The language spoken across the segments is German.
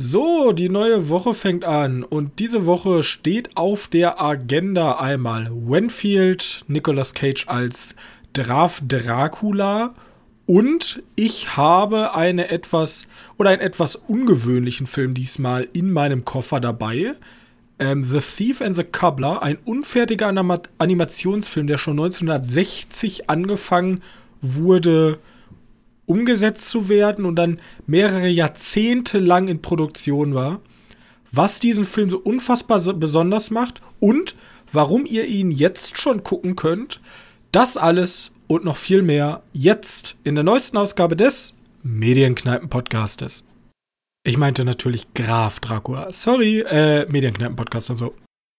So, die neue Woche fängt an und diese Woche steht auf der Agenda einmal Renfield, Nicolas Cage als Graf Dracula und ich habe einen etwas ungewöhnlichen Film diesmal in meinem Koffer dabei. The Thief and the Cobbler, ein unfertiger Animationsfilm, der schon 1960 angefangen wurde, umgesetzt zu werden und dann mehrere Jahrzehnte lang in Produktion war. Was diesen Film so unfassbar besonders macht und warum ihr ihn jetzt schon gucken könnt, das alles und noch viel mehr jetzt in der neuesten Ausgabe des Medienkneipen-Podcastes. Ich meinte natürlich Graf Dracula. Sorry, Medienkneipen-Podcast und so.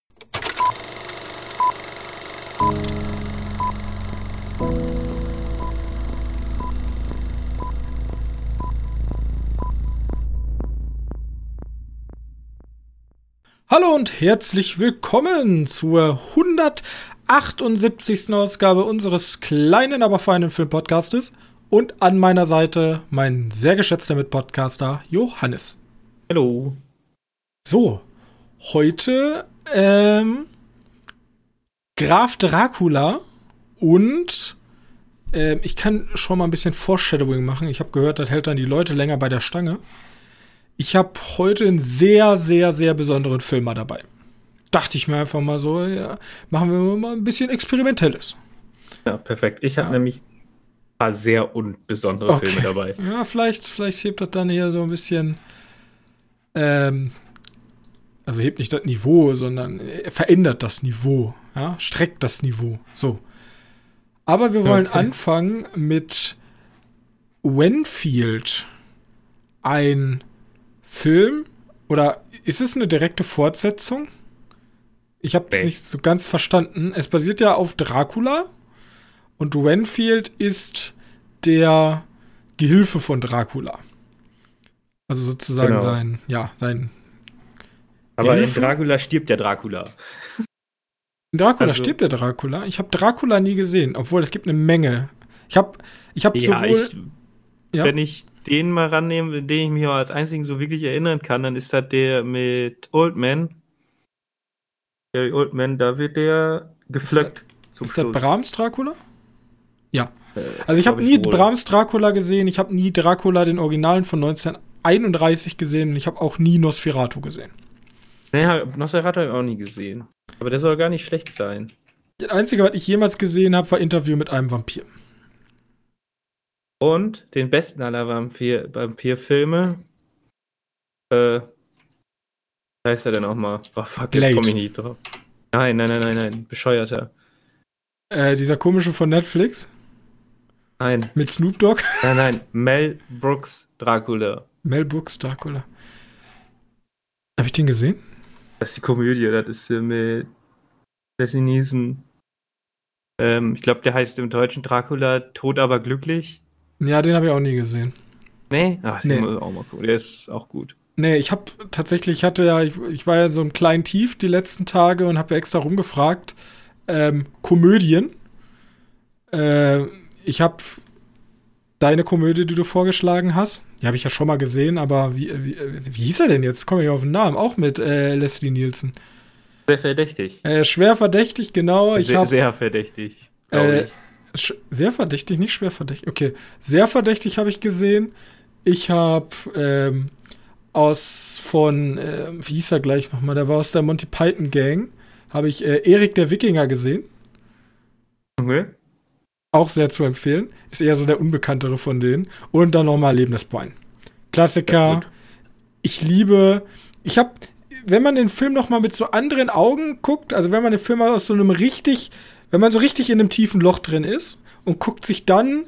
Hallo und herzlich willkommen zur 178. Ausgabe unseres kleinen, aber feinen Filmpodcastes. Und an meiner Seite mein sehr geschätzter Mitpodcaster Johannes. Hallo. So, heute Graf Dracula und ich kann schon mal ein bisschen Foreshadowing machen. Ich habe gehört, das hält dann die Leute länger bei der Stange. Ich habe heute einen sehr, sehr, sehr besonderen Film mal dabei. Dachte ich mir einfach mal so, ja, machen wir mal ein bisschen Experimentelles. Ja, perfekt. Ich habe nämlich ein paar sehr unbesondere Filme dabei. Ja, vielleicht hebt das dann hier so ein bisschen, also hebt nicht das Niveau, sondern verändert das Niveau, ja, streckt das Niveau, so. Aber wir wollen anfangen mit Renfield, ein Film, oder ist es eine direkte Fortsetzung? Ich habe es nicht so ganz verstanden. Es basiert ja auf Dracula und Renfield ist der Gehilfe von Dracula. Also sozusagen sein Aber Gehilfe. in Dracula stirbt der Dracula. In Dracula stirbt der Dracula? Ich habe Dracula nie gesehen, obwohl es gibt eine Menge. Wenn ich den mal rannehme, den ich mich auch als einzigen so wirklich erinnern kann, dann ist das der mit Oldman. Gary Oldman, da wird der gepflückt. Ist das Brahms Dracula? Ja. Also ich habe nie Brahms Dracula gesehen, ich habe nie Dracula, den Originalen von 1931 gesehen und ich habe auch nie Nosferatu gesehen. Naja, Nosferatu habe ich auch nie gesehen. Aber der soll gar nicht schlecht sein. Das Einzige, was ich jemals gesehen habe, war Interview mit einem Vampir. Und den besten aller Vampirfilme, was heißt er denn auch mal? Oh, fuck, jetzt komme ich nicht drauf. Nein, bescheuerter. Dieser komische von Netflix? Nein. Mit Snoop Dogg? Nein, Mel Brooks Dracula. Mel Brooks Dracula. Hab ich den gesehen? Das ist die Komödie, das ist mit Leslie Nielsen. Ich glaube, der heißt im Deutschen Dracula, tot aber glücklich. Ja, den habe ich auch nie gesehen. Nee? Ach, den muss ich auch mal gucken. Der ist auch gut. Nee, ich war ja in so einem kleinen Tief die letzten Tage und habe ja extra rumgefragt. Komödien. Ich habe deine Komödie, die du vorgeschlagen hast, die habe ich ja schon mal gesehen, aber wie hieß er denn jetzt? Komme ich auf den Namen. Auch mit Leslie Nielsen. Sehr verdächtig. Schwer verdächtig, genau. Sehr verdächtig, glaube ich. Sehr verdächtig, nicht schwer verdächtig. Okay, sehr verdächtig habe ich gesehen. Ich habe wie hieß er gleich nochmal? Der war aus der Monty Python Gang. Habe ich Erik der Wikinger gesehen. Okay. Auch sehr zu empfehlen. Ist eher so der unbekanntere von denen. Und dann nochmal Leben des Brian. Klassiker. Ja, wenn man den Film nochmal mit so anderen Augen guckt, also wenn man den Film aus so einem wenn man so richtig in einem tiefen Loch drin ist und guckt sich dann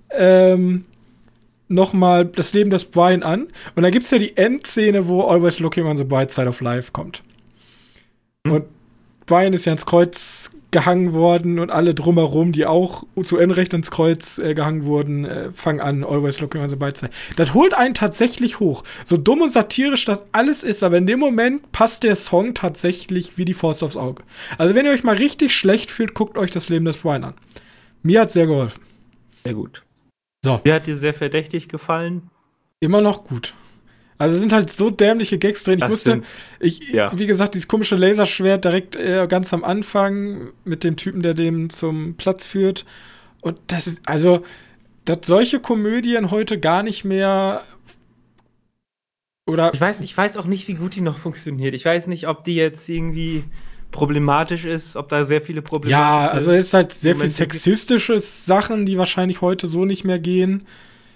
nochmal das Leben des Brian an. Und da gibt's ja die Endszene, wo Always Looking on the Bright Side of Life kommt. Und Brian ist ja ins Kreuz gehangen worden und alle drumherum, die auch zu Unrecht ins Kreuz gehangen wurden, fangen an, Always Looking on the Bright Side. Das holt einen tatsächlich hoch. So dumm und satirisch das alles ist, aber in dem Moment passt der Song tatsächlich wie die Faust aufs Auge. Also wenn ihr euch mal richtig schlecht fühlt, guckt euch das Leben des Brian an. Mir hat's sehr geholfen. Sehr gut. So. Wie hat dir sehr verdächtig gefallen? Immer noch gut. Also es sind halt so dämliche Gags drin. Wie gesagt, dieses komische Laserschwert direkt ganz am Anfang mit dem Typen, der dem zum Platz führt. Und das ist, also, dass solche Komödien heute gar nicht mehr oder. Ich weiß auch nicht, wie gut die noch funktioniert. Ich weiß nicht, ob die jetzt irgendwie problematisch ist, ob da sehr viele Probleme Ja, also es ist halt sehr viel sexistische Sachen, die wahrscheinlich heute so nicht mehr gehen.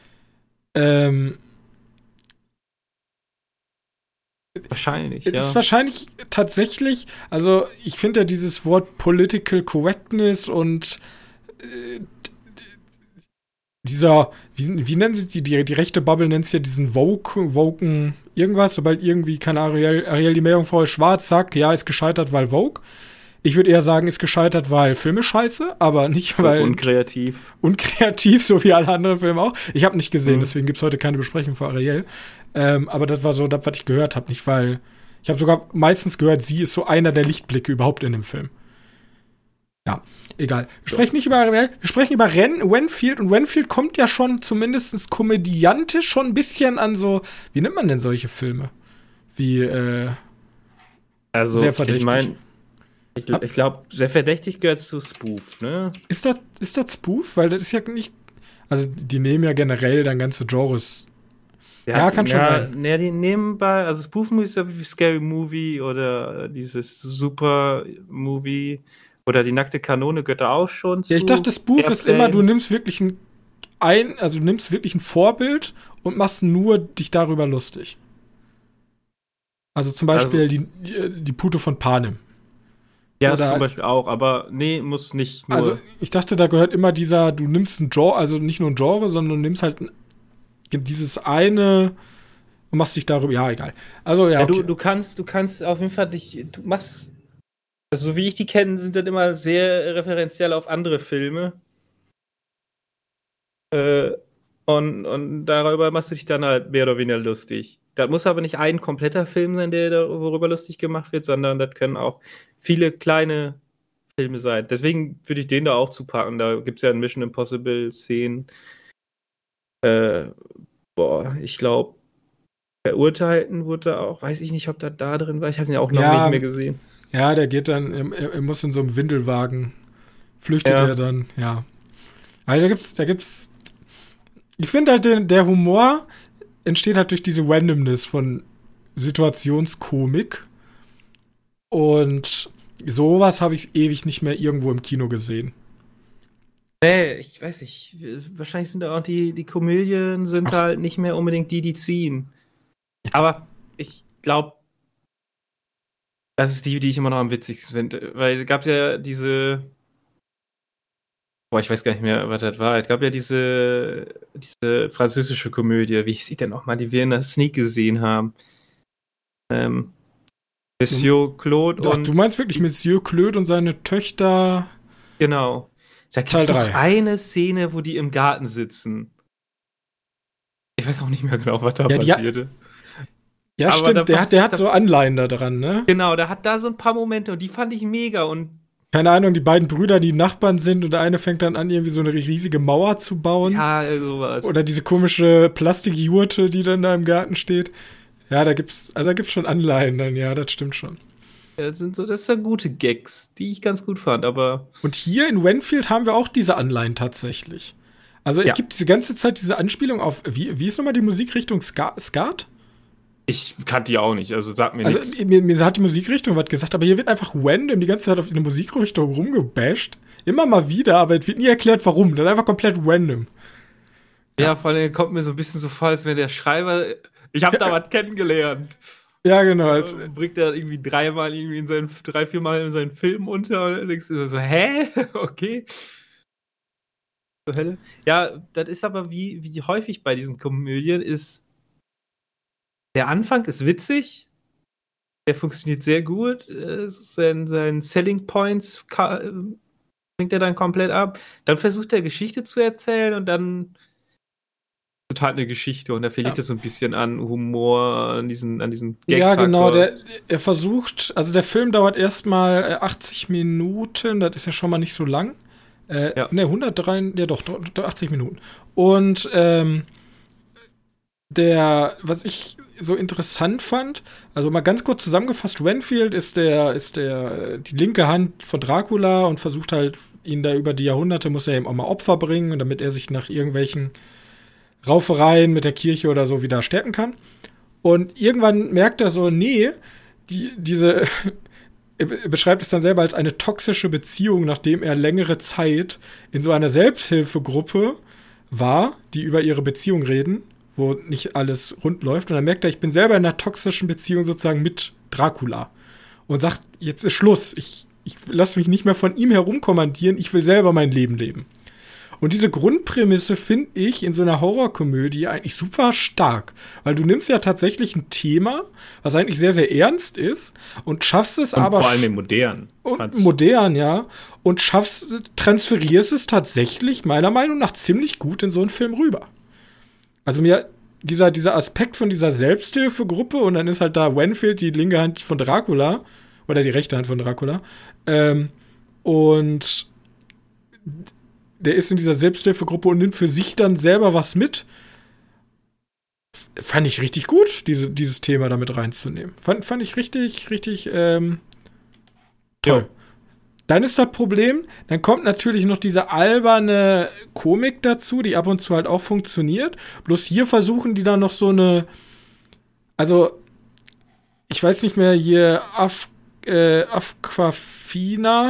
Wahrscheinlich, ja. Es ist wahrscheinlich tatsächlich, also ich finde ja dieses Wort Political Correctness und dieser, wie nennen sie die rechte Bubble nennt es ja diesen Woken irgendwas, sobald irgendwie, keine Ariel die Meerjungfrau ist schwarz, zack, ja, ist gescheitert, weil Vogue. Ich würde eher sagen, ist gescheitert, weil Filme scheiße, aber nicht, weil unkreativ, so wie alle anderen Filme auch. Ich habe nicht gesehen, deswegen gibt es heute keine Besprechung für Ariel. Aber das war so das, was ich gehört habe, nicht weil ich habe sogar meistens gehört, sie ist so einer der Lichtblicke überhaupt in dem Film. Ja, egal. Wir sprechen nicht über Ariel, wir sprechen über Renfield und Renfield kommt ja schon zumindest komödiantisch schon ein bisschen an so, wie nennt man denn solche Filme? Wie, also, sehr verdächtig. Ich meine, ich glaube, sehr verdächtig gehört zu Spoof, ne? Ist das Spoof? Weil das ist ja nicht, also die nehmen ja generell dann ganze Genres. Ja, kann schon sein. Ja, die nehmen also Spoof-Movie ist ja wie Scary Movie oder dieses Super-Movie oder die nackte Kanone gehört da auch schon zu. Ja, ich dachte, Spoof ist immer, du nimmst wirklich ein Vorbild und machst nur dich darüber lustig. Also zum Beispiel die Pute von Panem. Ja, das zum Beispiel auch, aber nee, muss nicht nur. Also ich dachte, da gehört immer du nimmst ein Genre, also nicht nur ein Genre, sondern du nimmst halt dieses eine und machst dich darüber, ja, egal. Also, ja, okay. Du kannst auf jeden Fall du machst, also so wie ich die kenne, sind dann immer sehr referenziell auf andere Filme. Und darüber machst du dich dann halt mehr oder weniger lustig. Das muss aber nicht ein kompletter Film sein, worüber lustig gemacht wird, sondern das können auch viele kleine Filme sein. Deswegen würde ich den da auch zupacken. Da gibt es ja in Mission Impossible Szenen. Ich glaube, Verurteilten wurde da auch, weiß ich nicht, ob das da drin war. Ich habe ihn ja auch noch nicht mehr gesehen. Ja, der geht dann, er muss in so einem Windelwagen, flüchtet er dann, ja. Also da gibt's, ich finde halt, der Humor entsteht halt durch diese Randomness von Situationskomik. Und sowas habe ich ewig nicht mehr irgendwo im Kino gesehen. Ich weiß nicht. Wahrscheinlich sind da auch die Komödien sind halt nicht mehr unbedingt die ziehen. Aber ich glaube, das ist die ich immer noch am witzigsten finde. Weil es gab ja diese. Ich weiß gar nicht mehr, was das war. Es gab ja diese französische Komödie. Wie hieß die denn nochmal, die wir in der Sneak gesehen haben? Monsieur Claude und. Du meinst wirklich Monsieur Claude und seine Töchter? Genau. Da gibt es doch eine Szene, wo die im Garten sitzen. Ich weiß auch nicht mehr genau, was da passierte. Ja, aber stimmt. Der hat so Anleihen da dran, ne? Genau, der hat da so ein paar Momente und die fand ich mega und keine Ahnung, die beiden Brüder, die Nachbarn sind und der eine fängt dann an, irgendwie so eine riesige Mauer zu bauen. Ja, sowas. Oder diese komische Plastikjurte, die dann da im Garten steht. Ja, da gibt's schon Anleihen dann, ja, das stimmt schon. Ja, das sind gute Gags, die ich ganz gut fand, aber. Und hier in Renfield haben wir auch diese Anleihen tatsächlich. Also es gibt diese ganze Zeit diese Anspielung auf, wie ist nochmal die Musikrichtung Skat? Ich kannte die auch nicht, also sag mir nichts. Mir hat die Musikrichtung was gesagt, aber hier wird einfach random die ganze Zeit auf eine Musikrichtung rumgebasht. Immer mal wieder, aber es wird nie erklärt, warum. Das ist einfach komplett random. Ja, vor allem kommt mir so ein bisschen so vor, als wäre der Schreiber, ich habe da was kennengelernt. Ja, genau. Bringt er irgendwie 3-4 Mal in seinen Film unter und dann denkst du so, hä? Okay. So helle. Ja, das ist aber wie häufig bei diesen Komödien ist, der Anfang ist witzig, der funktioniert sehr gut, sein Selling Points bringt er dann komplett ab, dann versucht er Geschichte zu erzählen und dann total eine Geschichte und da verliert es so ein bisschen an Humor, an diesen Gag-Faktor. Ja, genau, er versucht, also der Film dauert erstmal 80 Minuten, das ist ja schon mal nicht so lang. 103, ja doch, 80 Minuten. Und Was ich so interessant fand, also mal ganz kurz zusammengefasst, Renfield ist die linke Hand von Dracula und versucht halt, ihn da über die Jahrhunderte, muss er ihm auch mal Opfer bringen, und damit er sich nach irgendwelchen Raufereien mit der Kirche oder so wieder stärken kann. Und irgendwann merkt er so, nee, diese er beschreibt es dann selber als eine toxische Beziehung, nachdem er längere Zeit in so einer Selbsthilfegruppe war, die über ihre Beziehung reden, wo nicht alles rund läuft. Und dann merkt er, ich bin selber in einer toxischen Beziehung sozusagen mit Dracula. Und sagt, jetzt ist Schluss. Ich lasse mich nicht mehr von ihm herumkommandieren. Ich will selber mein Leben leben. Und diese Grundprämisse finde ich in so einer Horrorkomödie eigentlich super stark. Weil du nimmst ja tatsächlich ein Thema, was eigentlich sehr, sehr ernst ist, und schaffst es und aber. Vor allem im Modern. Modern, ja. Und transferierst es tatsächlich, meiner Meinung nach, ziemlich gut in so einen Film rüber. Also dieser Aspekt von dieser Selbsthilfegruppe, und dann ist halt da Renfield, die linke Hand von Dracula, oder die rechte Hand von Dracula, und der ist in dieser Selbsthilfegruppe und nimmt für sich dann selber was mit. Fand ich richtig gut, dieses Thema damit reinzunehmen. Fand ich richtig, richtig toll. Jo. Dann ist das Problem, dann kommt natürlich noch diese alberne Komik dazu, die ab und zu halt auch funktioniert. Bloß hier versuchen die dann noch so eine, also ich weiß nicht mehr, hier Awkwafina,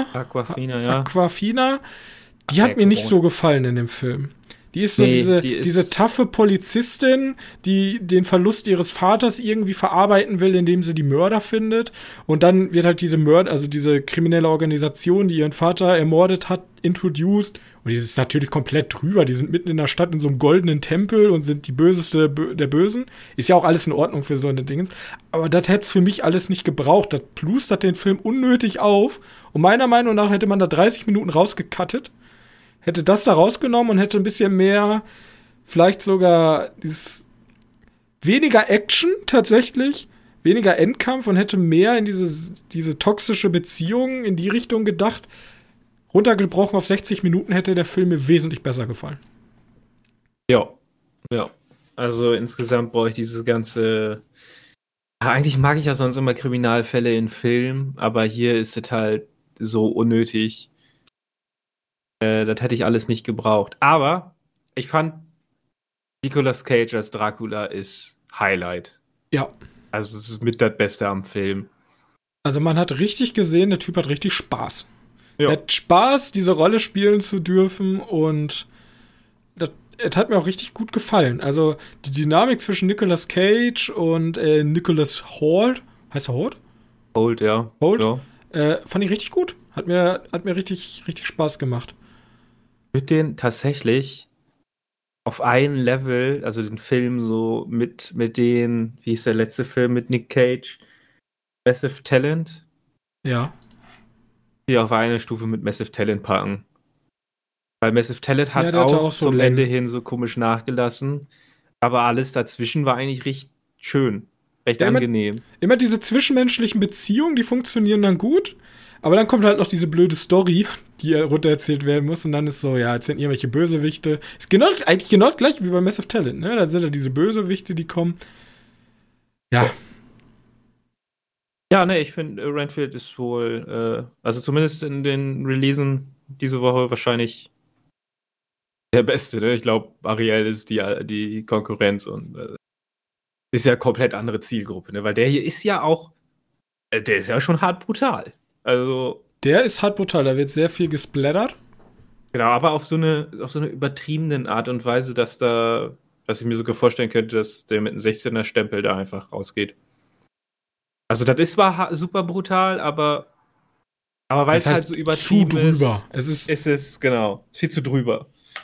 ja. Die hat mir nicht so gefallen in dem Film. Die ist so diese taffe Polizistin, die den Verlust ihres Vaters irgendwie verarbeiten will, indem sie die Mörder findet. Und dann wird halt diese kriminelle Organisation, die ihren Vater ermordet hat, introduced. Und die ist natürlich komplett drüber. Die sind mitten in der Stadt in so einem goldenen Tempel und sind die Böseste der Bösen. Ist ja auch alles in Ordnung für so eine Dingens. Aber das hätte es für mich alles nicht gebraucht. Das plustert den Film unnötig auf. Und meiner Meinung nach hätte man da 30 Minuten rausgecuttet. Hätte das da rausgenommen und hätte ein bisschen mehr, vielleicht sogar weniger Action tatsächlich, weniger Endkampf, und hätte mehr in diese toxische Beziehung in die Richtung gedacht. Runtergebrochen auf 60 Minuten hätte der Film mir wesentlich besser gefallen. Ja. Also insgesamt brauche ich dieses ganze. Eigentlich mag ich ja sonst immer Kriminalfälle in Filmen, aber hier ist es halt so unnötig. Das hätte ich alles nicht gebraucht. Aber ich fand, Nicolas Cage als Dracula ist Highlight. Ja. Also es ist mit das Beste am Film. Also man hat richtig gesehen, der Typ hat richtig Spaß. Ja. Er hat Spaß, diese Rolle spielen zu dürfen, und es hat mir auch richtig gut gefallen. Also die Dynamik zwischen Nicolas Cage und Nicholas Hoult, heißt er Hoult? Hoult, ja. Hoult, ja. Fand ich richtig gut. Hat mir richtig, richtig Spaß gemacht. Mit den tatsächlich auf ein Level, also den Film so mit den, wie ist der letzte Film mit Nick Cage? Massive Talent? Ja. Die auf eine Stufe mit Massive Talent packen. Weil Massive Talent hat auch so zum Ende hin so komisch nachgelassen. Aber alles dazwischen war eigentlich recht schön. Recht angenehm. Immer diese zwischenmenschlichen Beziehungen, die funktionieren dann gut. Aber dann kommt halt noch diese blöde Story, die runtererzählt werden muss. Und dann ist so, ja, jetzt sind irgendwelche Bösewichte. Ist eigentlich genau das gleiche wie bei Massive Talent, ne? Da sind ja diese Bösewichte, die kommen. Ja. Ja, ne, ich finde, Renfield ist wohl, also zumindest in den Releasen diese Woche wahrscheinlich der Beste, ne? Ich glaube, Ariel ist die Konkurrenz und ist ja komplett andere Zielgruppe, ne? Weil der hier ist ja auch, der ist ja schon hart brutal. Also. Der ist hart brutal, da wird sehr viel gesplattert. Genau, aber auf so eine übertriebenen Art und Weise, dass ich mir sogar vorstellen könnte, dass der mit einem 16er-Stempel da einfach rausgeht. Also das ist zwar super brutal, aber weil es halt so übertrieben drüber. ist, ist viel zu drüber.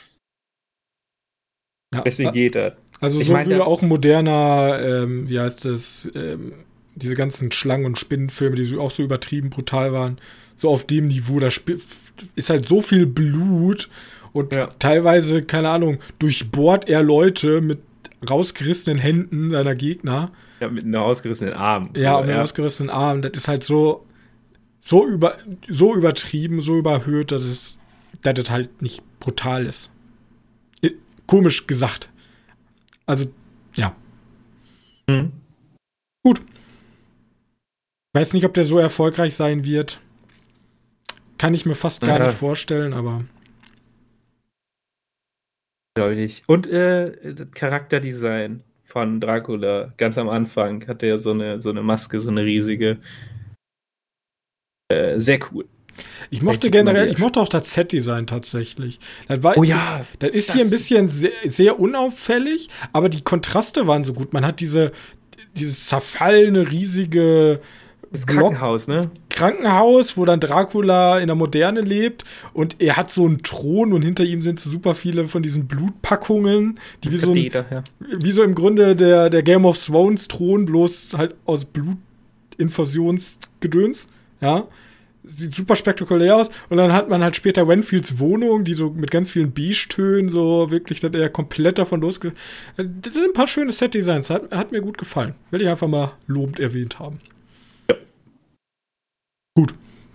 Ja, deswegen geht das. Also so wie auch ein moderner, wie heißt das, diese ganzen Schlangen- und Spinnenfilme, die auch so übertrieben brutal waren, so auf dem Niveau, da ist halt so viel Blut und teilweise, keine Ahnung, durchbohrt er Leute mit rausgerissenen Händen seiner Gegner. Ja, mit einem ausgerissenen Arm. Ja, mit einem ausgerissenen Arm. Das ist halt so übertrieben, so überhöht, dass es halt nicht brutal ist. Komisch gesagt. Also, ja. Mhm. Gut. Weiß nicht, ob der so erfolgreich sein wird. Kann ich mir fast gar nicht vorstellen, aber. Deutlich. Und das Charakterdesign von Dracula, ganz am Anfang, hatte er so eine Maske, so eine riesige. Sehr cool. Ich mochte generell, ich mochte auch das Set-Design tatsächlich. Das ist hier ein bisschen sehr, sehr unauffällig, aber die Kontraste waren so gut. Man hat dieses zerfallene, riesige Krankenhaus, ne? Krankenhaus, wo dann Dracula in der Moderne lebt und er hat so einen Thron und hinter ihm sind so super viele von diesen Blutpackungen, die wie so im Grunde der Game of Thrones Thron, bloß halt aus Blutinfusionsgedöns, ja. Sieht super spektakulär aus. Und dann hat man halt später Renfields Wohnung, die so mit ganz vielen Beige-Tönen so wirklich, dass er komplett davon losgeht. Das sind ein paar schöne Set-Designs. Hat mir gut gefallen. Will ich einfach mal lobend erwähnt haben. Ja. Gut.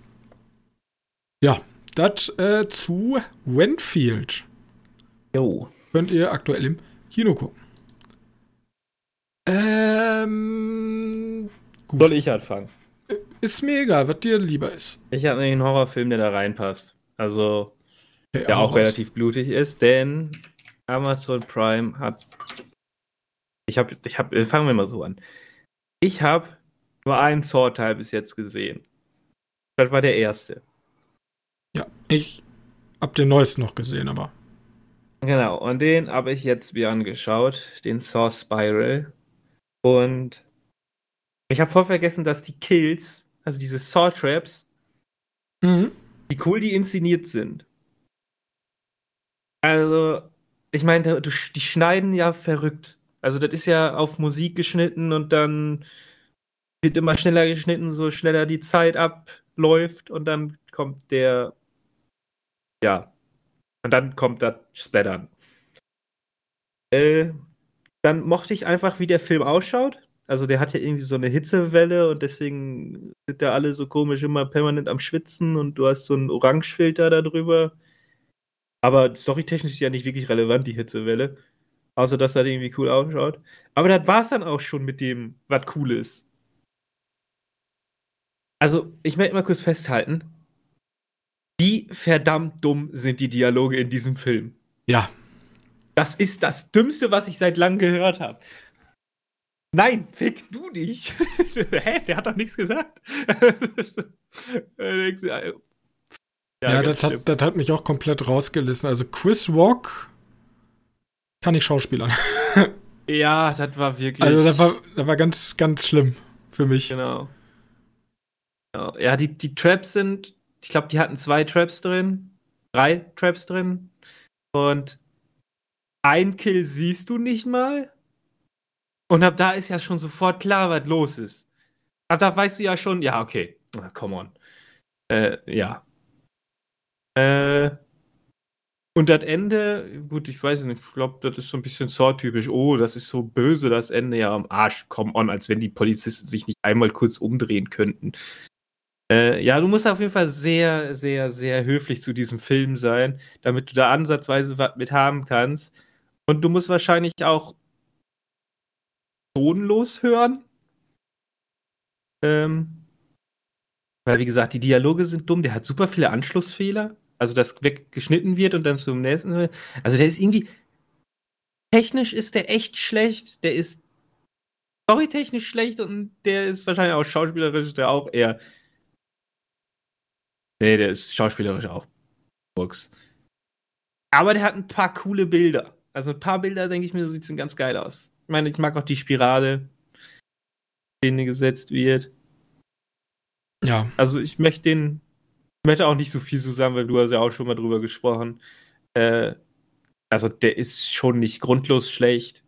Ja, das zu Renfield. Jo. Könnt ihr aktuell im Kino gucken. Gut. Soll ich anfangen? Ist mir egal, was dir lieber ist. Ich habe einen Horrorfilm, der da reinpasst. Also, der auch relativ blutig ist, denn Amazon Prime hat. Fangen wir mal so an. Ich habe nur einen Saw-Teil bis jetzt gesehen. Das war der erste. Ja, ich habe den neuesten noch gesehen, aber. Genau, und den habe ich jetzt wieder angeschaut, den Saw Spiral. Und ich habe voll vergessen, dass die Kills, also diese Saw-Traps, wie cool die inszeniert sind. Also, ich meine, die schneiden ja verrückt. Also, das ist ja auf Musik geschnitten und dann wird immer schneller geschnitten, so schneller die Zeit abläuft und dann kommt das Splattern. Dann mochte ich einfach, wie der Film ausschaut. Also der hat ja irgendwie so eine Hitzewelle und deswegen sind da alle so komisch immer permanent am Schwitzen und du hast so einen Orangefilter da drüber. Aber storytechnisch ist ja nicht wirklich relevant, die Hitzewelle. Außer, dass das irgendwie cool ausschaut. Aber das war's dann auch schon mit dem, was cool ist. Also, ich möchte mal kurz festhalten. Wie verdammt dumm sind die Dialoge in diesem Film? Ja. Das ist das Dümmste, was ich seit langem gehört habe. Nein, fick du dich. Hä? Der hat doch nichts gesagt. Das hat mich auch komplett rausgelassen. Also Chris Rock kann ich schauspielern. Ja, das war wirklich. Also das war ganz, ganz schlimm für mich. Genau. Ja, die Traps sind, ich glaube, die hatten 3 Traps drin. Und ein Kill siehst du nicht mal. Und ab da ist ja schon sofort klar, was los ist. Ab da weißt du ja schon, ja, okay. Come on. Ja. Und das Ende, gut, ich weiß nicht, ich glaube, das ist so ein bisschen Saw-typisch. Oh, das ist so böse, das Ende, ja am Arsch. Come on, als wenn die Polizisten sich nicht einmal kurz umdrehen könnten. Ja, du musst auf jeden Fall sehr, sehr, sehr höflich zu diesem Film sein, damit du da ansatzweise was mit haben kannst. Und du musst wahrscheinlich auch tonlos hören. Weil, wie gesagt, die Dialoge sind dumm. Der hat super viele Anschlussfehler. Also, dass weggeschnitten wird und dann zum nächsten. Also, der ist irgendwie. Technisch ist der echt schlecht. Der ist storytechnisch schlecht und der ist wahrscheinlich auch schauspielerisch, der auch eher. Nee, der ist schauspielerisch auch Box. Aber der hat ein paar coole Bilder. Also, ein paar Bilder, denke ich mir, so sieht es ganz geil aus. Ich meine, ich mag auch die Spirale, in die gesetzt wird. Ja. Also ich möchte auch nicht so viel zu sagen, weil du hast ja auch schon mal drüber gesprochen. Also der ist schon nicht grundlos schlecht.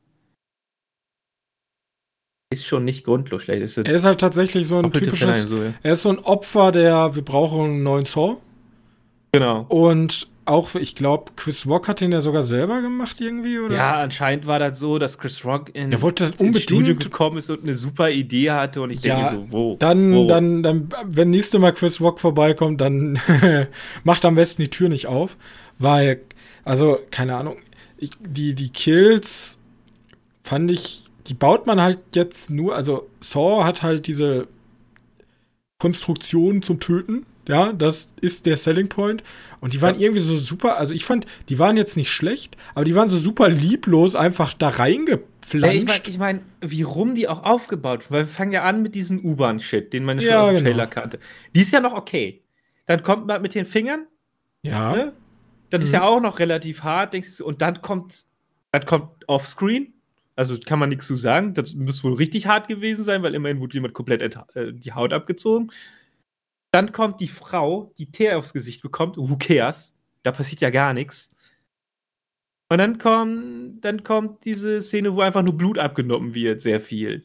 Er ist halt tatsächlich so ein typisches. Er ist so ein Opfer wir brauchen einen neuen Saw. Genau. Und auch, ich glaube, Chris Rock hat den ja sogar selber gemacht irgendwie, oder? Ja, anscheinend war das so, dass Chris Rock ins Studio gekommen ist und eine super Idee hatte und ich denke so, wo? Dann, wenn nächstes Mal Chris Rock vorbeikommt, dann macht am besten die Tür nicht auf, weil, also, keine Ahnung, die Kills fand ich die baut man halt jetzt nur, also Saw hat halt diese Konstruktion zum Töten, ja, das ist der Selling Point. Und die waren irgendwie so super, also ich fand, die waren jetzt nicht schlecht, aber die waren so super lieblos einfach da reingepflanscht. Ich mein, wie rum die auch aufgebaut, weil wir fangen ja an mit diesem U-Bahn-Shit, den man schon Ja, aus dem genau. Trailer kannte. Die ist ja noch okay. Dann kommt man mit den Fingern, Ja. ne? Das ist ja auch noch relativ hart, denkst du, und dann kommt Offscreen. Also kann man nichts zu sagen. Das muss wohl richtig hart gewesen sein, weil immerhin wurde jemand komplett die Haut abgezogen. Dann kommt die Frau, die Teer aufs Gesicht bekommt. Who cares? Da passiert ja gar nichts. Und dann kommt diese Szene, wo einfach nur Blut abgenommen wird, sehr viel.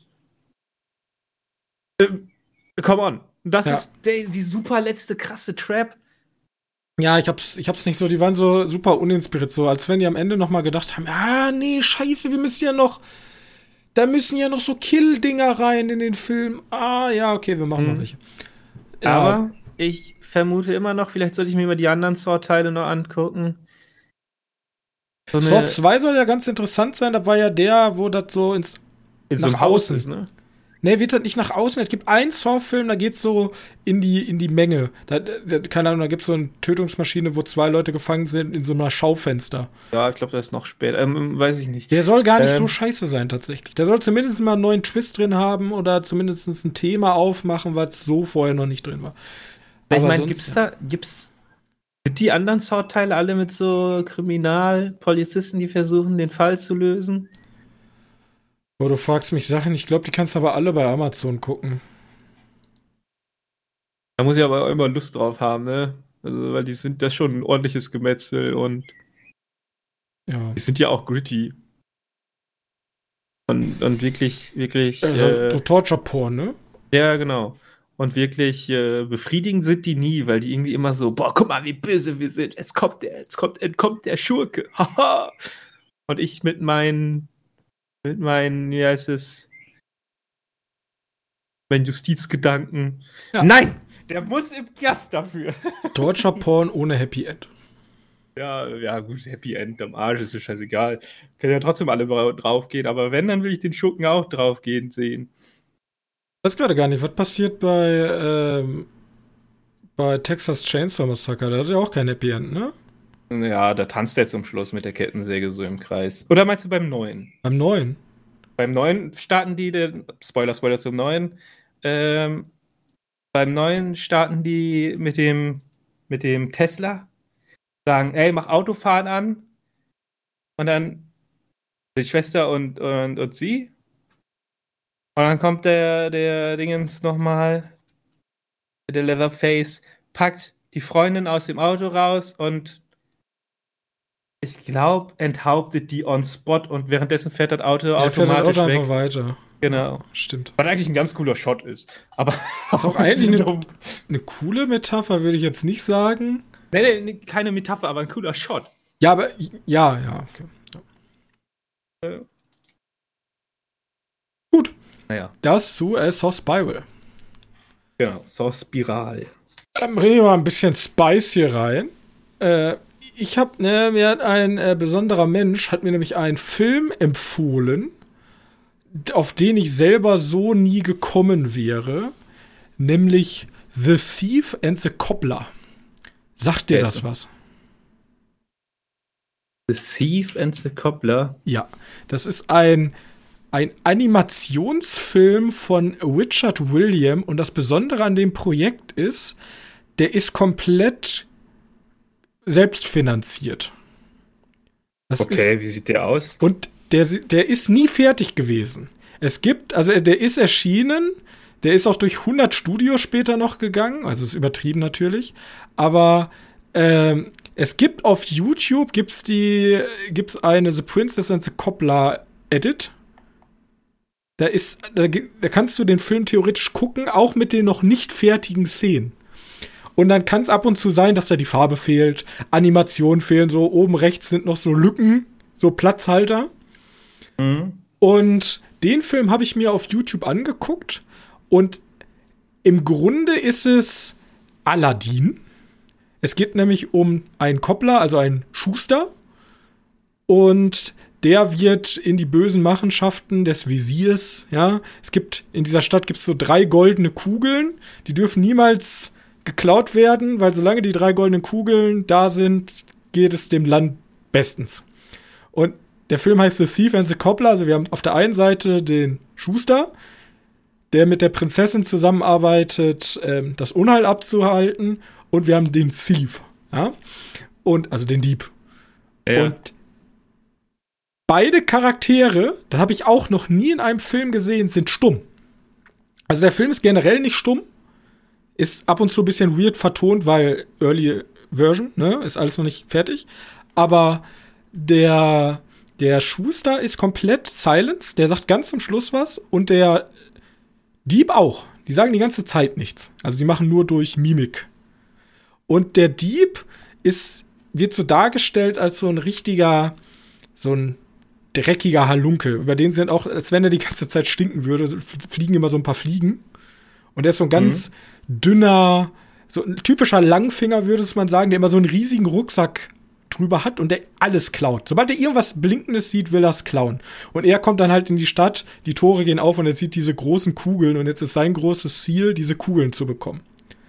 Come on. Das ist die super letzte krasse Trap. Ja, ich hab's nicht so, die waren so super uninspiriert, so als wenn die am Ende noch mal gedacht haben, nee, scheiße, da müssen ja noch so Kill-Dinger rein in den Film. Ja, okay, wir machen mal welche. Ja. Aber ich vermute immer noch, vielleicht sollte ich mir mal die anderen Saw-Teile noch angucken. Saw 2 soll ja ganz interessant sein, da war ja der, wo das so nach außen ist, ne? Nee, wird das nicht nach außen. Es gibt einen Saw-Film, da geht's so in die Menge. Keine Ahnung, da gibt's so eine Tötungsmaschine, wo 2 Leute gefangen sind in so einem Schaufenster. Ja, ich glaube, das ist noch später. Weiß ich nicht. Der soll gar nicht so scheiße sein, tatsächlich. Der soll zumindest mal einen neuen Twist drin haben oder zumindest ein Thema aufmachen, was so vorher noch nicht drin war. Ich meine, sind die anderen Saw-Teile alle mit so Kriminalpolizisten, die versuchen, den Fall zu lösen? Oh, du fragst mich Sachen, ich glaube, die kannst du aber alle bei Amazon gucken. Da muss ich aber immer Lust drauf haben, ne? Also, weil das ist schon ein ordentliches Gemetzel und die sind ja auch gritty. Und wirklich so Torture-Porn, ne? Ja, genau. Und wirklich befriedigend sind die nie, weil die irgendwie immer so, boah, guck mal, wie böse wir sind. Entkommt der Schurke. Haha. Und ich mit meinen, wie heißt es, meinen Justizgedanken. Ja. Nein, der muss im Knast dafür. Torture-Porn ohne Happy End. Ja, gut, Happy End am Arsch ist so scheißegal. Können ja trotzdem alle draufgehen, aber wenn, dann will ich den Schurken auch draufgehen sehen. Ich weiß gerade gar nicht, was passiert bei Texas Chainsaw Massacre? Da hat er auch kein Happy End, ne? Ja, da tanzt er zum Schluss mit der Kettensäge so im Kreis. Oder meinst du beim Neuen? Beim Neuen? Beim Neuen starten die, Spoiler zum Neuen, beim Neuen starten die mit dem Tesla, sagen, ey, mach Autofahren an, und dann die Schwester und sie, und dann kommt der Dingens nochmal, der Leatherface, packt die Freundin aus dem Auto raus und ich glaube, enthauptet die on spot und währenddessen fährt das Auto automatisch fährt das Auto weg. Einfach weiter. Genau. Stimmt. Was eigentlich ein ganz cooler Shot ist. Aber das ist auch eigentlich eine coole Metapher, würde ich jetzt nicht sagen. Nee, keine Metapher, aber ein cooler Shot. Ja, aber ja, okay. Ja. Gut. Naja. Das zu Saw Spiral. Genau, Saw Spiral. Dann bringen wir mal ein bisschen Spice hier rein. Mir hat ein besonderer Mensch hat mir nämlich einen Film empfohlen, auf den ich selber so nie gekommen wäre, nämlich The Thief and the Cobbler. Sagt dir das was? The Thief and the Cobbler? Ja, das ist ein Animationsfilm von Richard William und das Besondere an dem Projekt ist, der ist komplett selbstfinanziert. Wie sieht der aus? Und der ist nie fertig gewesen. Der ist erschienen, der ist auch durch 100 Studios später noch gegangen, also ist übertrieben natürlich, aber es gibt auf YouTube gibt's eine The Princess and the Cobbler Edit. Da kannst du den Film theoretisch gucken, auch mit den noch nicht fertigen Szenen. Und dann kann es ab und zu sein, dass da die Farbe fehlt, Animationen fehlen, so oben rechts sind noch so Lücken, so Platzhalter. Mhm. Und den Film habe ich mir auf YouTube angeguckt und im Grunde ist es Aladdin. Es geht nämlich um einen Koppler, also einen Schuster. Und der wird in die bösen Machenschaften des Visiers, ja. In dieser Stadt gibt es so 3 goldene Kugeln, die dürfen niemals geklaut werden, weil solange die 3 goldenen Kugeln da sind, geht es dem Land bestens. Und der Film heißt The Thief and the Cobbler, also wir haben auf der einen Seite den Schuster, der mit der Prinzessin zusammenarbeitet, das Unheil abzuhalten, und wir haben den Thief, ja, und also den Dieb. Ja. Und beide Charaktere, das habe ich auch noch nie in einem Film gesehen, sind stumm. Also der Film ist generell nicht stumm, ist ab und zu ein bisschen weird vertont, weil Early Version, ne, ist alles noch nicht fertig. Aber der Schuster ist komplett silenced, der sagt ganz zum Schluss was, und der Dieb auch. Die sagen die ganze Zeit nichts. Also die machen nur durch Mimik. Und der Dieb wird so dargestellt als so ein dreckiger Halunke. Über den sind auch, als wenn er die ganze Zeit stinken würde, fliegen immer so ein paar Fliegen. Und der ist so ein ganz dünner, so ein typischer Langfinger, würde man sagen, der immer so einen riesigen Rucksack drüber hat und der alles klaut. Sobald er irgendwas Blinkendes sieht, will er es klauen. Und er kommt dann halt in die Stadt, die Tore gehen auf und er sieht diese großen Kugeln und jetzt ist sein großes Ziel, diese Kugeln zu bekommen.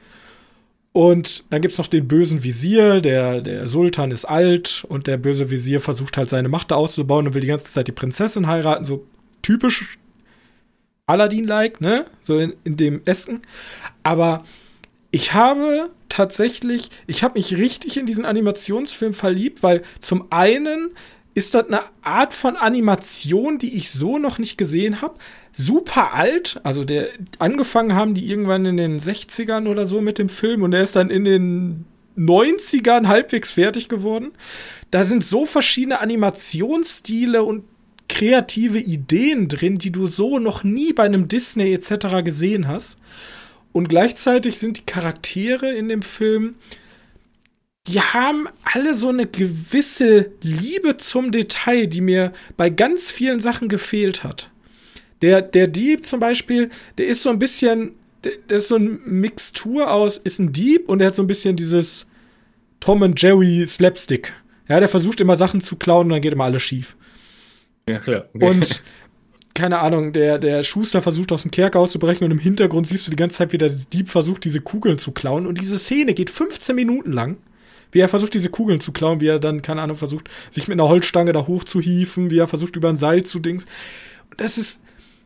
Und dann gibt's noch den bösen Visier, der Sultan ist alt und der böse Visier versucht halt seine Macht da auszubauen und will die ganze Zeit die Prinzessin heiraten, so typisch Aladdin-like, ne? So in dem Esken. Aber ich habe mich richtig in diesen Animationsfilm verliebt, weil zum einen ist das eine Art von Animation, die ich so noch nicht gesehen habe. Super alt, also angefangen haben die irgendwann in den 60ern oder so mit dem Film und der ist dann in den 90ern halbwegs fertig geworden. Da sind so verschiedene Animationsstile und kreative Ideen drin, die du so noch nie bei einem Disney etc. gesehen hast. Und gleichzeitig sind die Charaktere in dem Film, die haben alle so eine gewisse Liebe zum Detail, die mir bei ganz vielen Sachen gefehlt hat. Der Dieb zum Beispiel, der ist so ein bisschen, der ist so eine Mixtur aus, ist ein Dieb und der hat so ein bisschen dieses Tom and Jerry Slapstick. Ja, der versucht immer Sachen zu klauen und dann geht immer alles schief. Ja, klar. Okay. Und keine Ahnung, der Schuster versucht aus dem Kerker auszubrechen und im Hintergrund siehst du die ganze Zeit, wie der Dieb versucht, diese Kugeln zu klauen. Und diese Szene geht 15 Minuten lang, wie er versucht, diese Kugeln zu klauen, wie er dann, keine Ahnung, versucht, sich mit einer Holzstange da hochzuhieven, wie er versucht, über ein Seil zu dings. Und das ist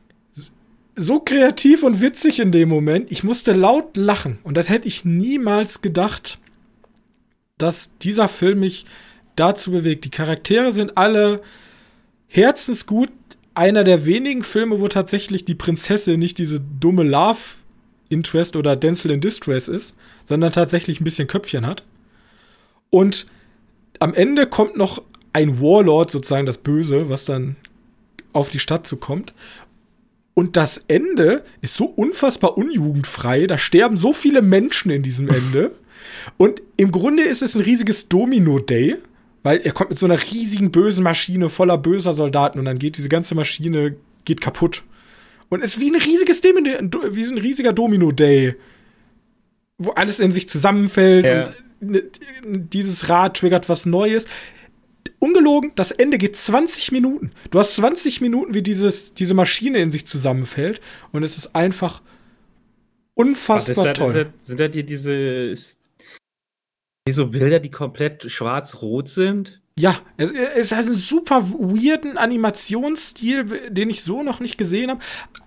so kreativ und witzig in dem Moment. Ich musste laut lachen. Und das hätte ich niemals gedacht, dass dieser Film mich dazu bewegt. Die Charaktere sind alle herzensgut. Einer der wenigen Filme, wo tatsächlich die Prinzessin nicht diese dumme Love Interest oder Damsel in Distress ist, sondern tatsächlich ein bisschen Köpfchen hat. Und am Ende kommt noch ein Warlord, sozusagen das Böse, was dann auf die Stadt zukommt. Und das Ende ist so unfassbar unjugendfrei. Da sterben so viele Menschen in diesem Ende. Und im Grunde ist es ein riesiges Domino-Day, weil er kommt mit so einer riesigen bösen Maschine voller böser Soldaten und dann geht diese ganze Maschine kaputt. Und es ist wie wie ein riesiger Domino-Day, wo alles in sich zusammenfällt und dieses Rad triggert was Neues. Ungelogen, das Ende geht 20 Minuten. Du hast 20 Minuten, wie diese Maschine in sich zusammenfällt. Und es ist einfach unfassbar toll. Sind da diese Bilder, die komplett schwarz-rot sind? Ja, es hat einen super weirden Animationsstil, den ich so noch nicht gesehen habe.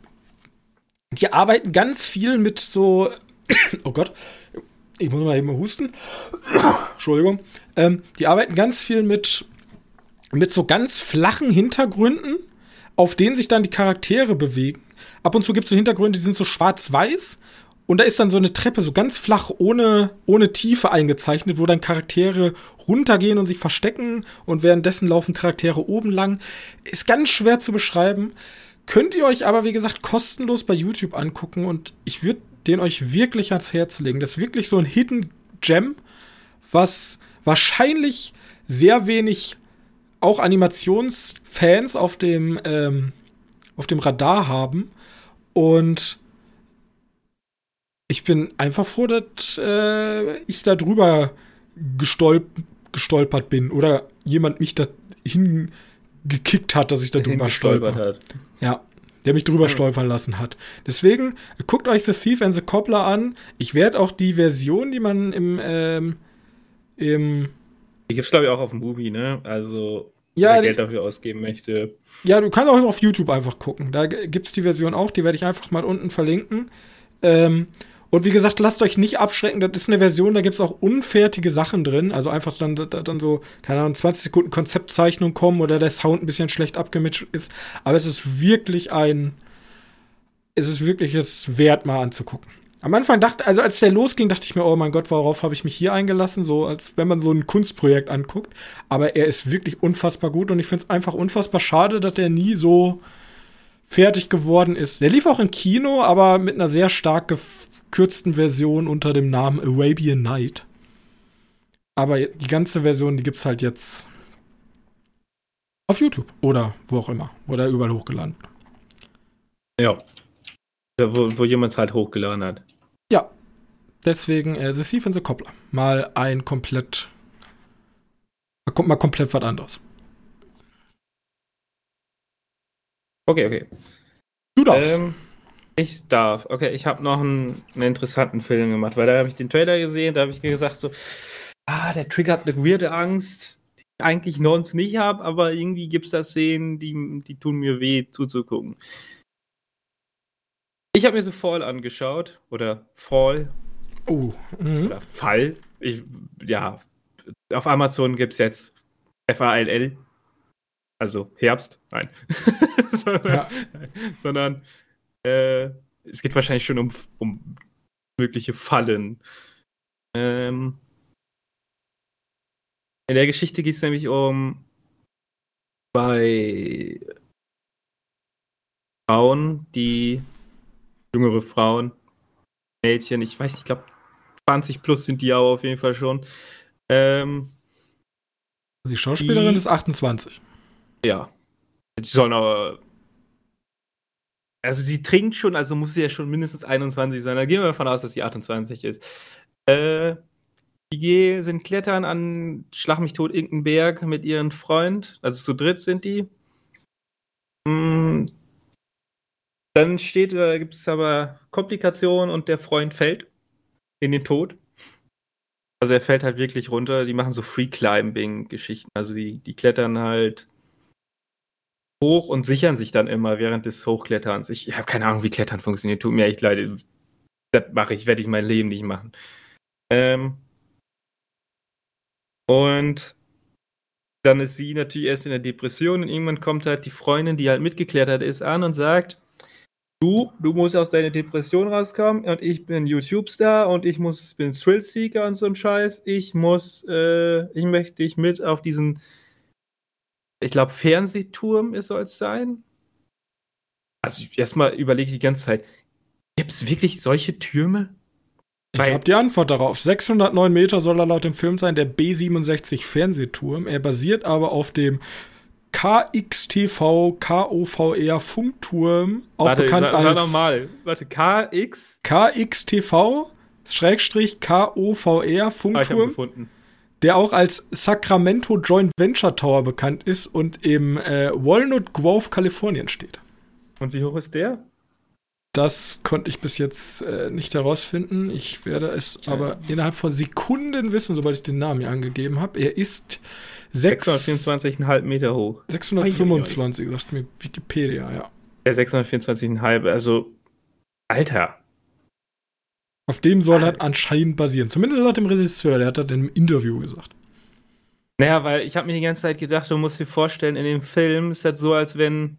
Die arbeiten ganz viel mit so oh Gott, ich muss mal eben husten. Entschuldigung. Die arbeiten ganz viel mit so ganz flachen Hintergründen, auf denen sich dann die Charaktere bewegen. Ab und zu gibt es so Hintergründe, die sind so schwarz-weiß. Und da ist dann so eine Treppe so ganz flach, ohne Tiefe eingezeichnet, wo dann Charaktere runtergehen und sich verstecken. Und währenddessen laufen Charaktere oben lang. Ist ganz schwer zu beschreiben. Könnt ihr euch aber, wie gesagt, kostenlos bei YouTube angucken. Und ich würde den euch wirklich ans Herz legen. Das ist wirklich so ein Hidden Gem, was wahrscheinlich sehr wenig auch Animationsfans auf dem Radar haben. Und ich bin einfach froh, dass ich da drüber gestolpert bin oder jemand mich dahin gekickt hat, dass ich da drüber stolper. Hat. Ja, der mich drüber stolpern lassen hat. Deswegen, guckt euch The Thief and the Cobbler an. Ich werde auch die Version, die man im die gibt's, glaube ich, auch auf dem Mubi, ne? Also, ja, wer Geld dafür ausgeben möchte. Ja, du kannst auch auf YouTube einfach gucken. Da gibt's die Version auch, die werde ich einfach mal unten verlinken. Und wie gesagt, lasst euch nicht abschrecken. Das ist eine Version, da gibt's auch unfertige Sachen drin. Also einfach dann so, keine Ahnung, 20 Sekunden Konzeptzeichnung kommen oder der Sound ein bisschen schlecht abgemischt ist. Aber es ist wirklich es wert, mal anzugucken. Am Anfang also als der losging, dachte ich mir, oh mein Gott, worauf habe ich mich hier eingelassen? So, als wenn man so ein Kunstprojekt anguckt. Aber er ist wirklich unfassbar gut und ich finde es einfach unfassbar schade, dass der nie so fertig geworden ist. Der lief auch im Kino, aber mit einer sehr stark gekürzten Version unter dem Namen Arabian Night. Aber die ganze Version, die gibt's halt jetzt auf YouTube oder wo auch immer. Oder überall hochgeladen. Ja. Wo jemand es halt hochgeladen hat. Ja. Deswegen The Thief and the Cobbler. Mal komplett was anderes. Okay. Du darfst. Ich darf. Okay, ich habe noch einen interessanten Film gemacht, weil da habe ich den Trailer gesehen, da habe ich gesagt so, der triggert eine weirde Angst, die ich eigentlich sonst nicht habe, aber irgendwie gibt es da Szenen, die tun mir weh zuzugucken. Ich habe mir so Fall angeschaut, oder Fall. Oder Fall. Auf Amazon gibt es jetzt FALL. Also Herbst. Nein. Sondern es geht wahrscheinlich schon um mögliche Fallen. In der Geschichte geht es nämlich um zwei Frauen, jüngere Frauen, Mädchen, ich weiß nicht, ich glaube 20 plus sind die auch auf jeden Fall schon. Die Schauspielerin ist 28. Ja. Die sollen aber. Also sie trinkt schon, also muss sie ja schon mindestens 21 sein. Da gehen wir davon aus, dass sie 28 ist. Die sind klettern an Schlag mich tot irgendeinen Berg mit ihrem Freund. Also zu dritt sind die. Dann gibt es aber Komplikationen und der Freund fällt in den Tod. Also er fällt halt wirklich runter. Die machen so Free-Climbing-Geschichten. Also die klettern halt hoch und sichern sich dann immer während des Hochkletterns. Ich habe keine Ahnung, wie Klettern funktioniert. Tut mir echt leid. Das werde ich mein Leben nicht machen. Und dann ist sie natürlich erst in der Depression und irgendwann kommt halt die Freundin, die halt mitgeklettert ist, an und sagt, du musst aus deiner Depression rauskommen und ich bin YouTube-Star und bin Thrill-Seeker und so ein Scheiß. Ich möchte dich mit auf diesen, ich glaube, Fernsehturm soll es sein. Also erstmal überlege ich die ganze Zeit, gibt es wirklich solche Türme? Ich habe die Antwort darauf. 609 Meter soll er laut dem Film sein, der B67 Fernsehturm. Er basiert aber auf dem KXTV KOVR Funkturm, auch bekannt als. Sag nochmal. Warte, KXTV KOVR Funkturm, der auch als Sacramento Joint Venture Tower bekannt ist und im Walnut Grove, Kalifornien steht. Und wie hoch ist der? Das konnte ich bis jetzt nicht herausfinden. Ich werde es aber innerhalb von Sekunden wissen, sobald ich den Namen hier angegeben habe. Er ist 624,5 Meter hoch. 625, sagt mir Wikipedia, ja. Der 624,5, also Alter. Auf dem soll das anscheinend basieren. Zumindest laut dem Regisseur, der hat das in einem Interview gesagt. Naja, weil ich habe mir die ganze Zeit gedacht, du musst dir vorstellen, in dem Film ist das so, als wenn.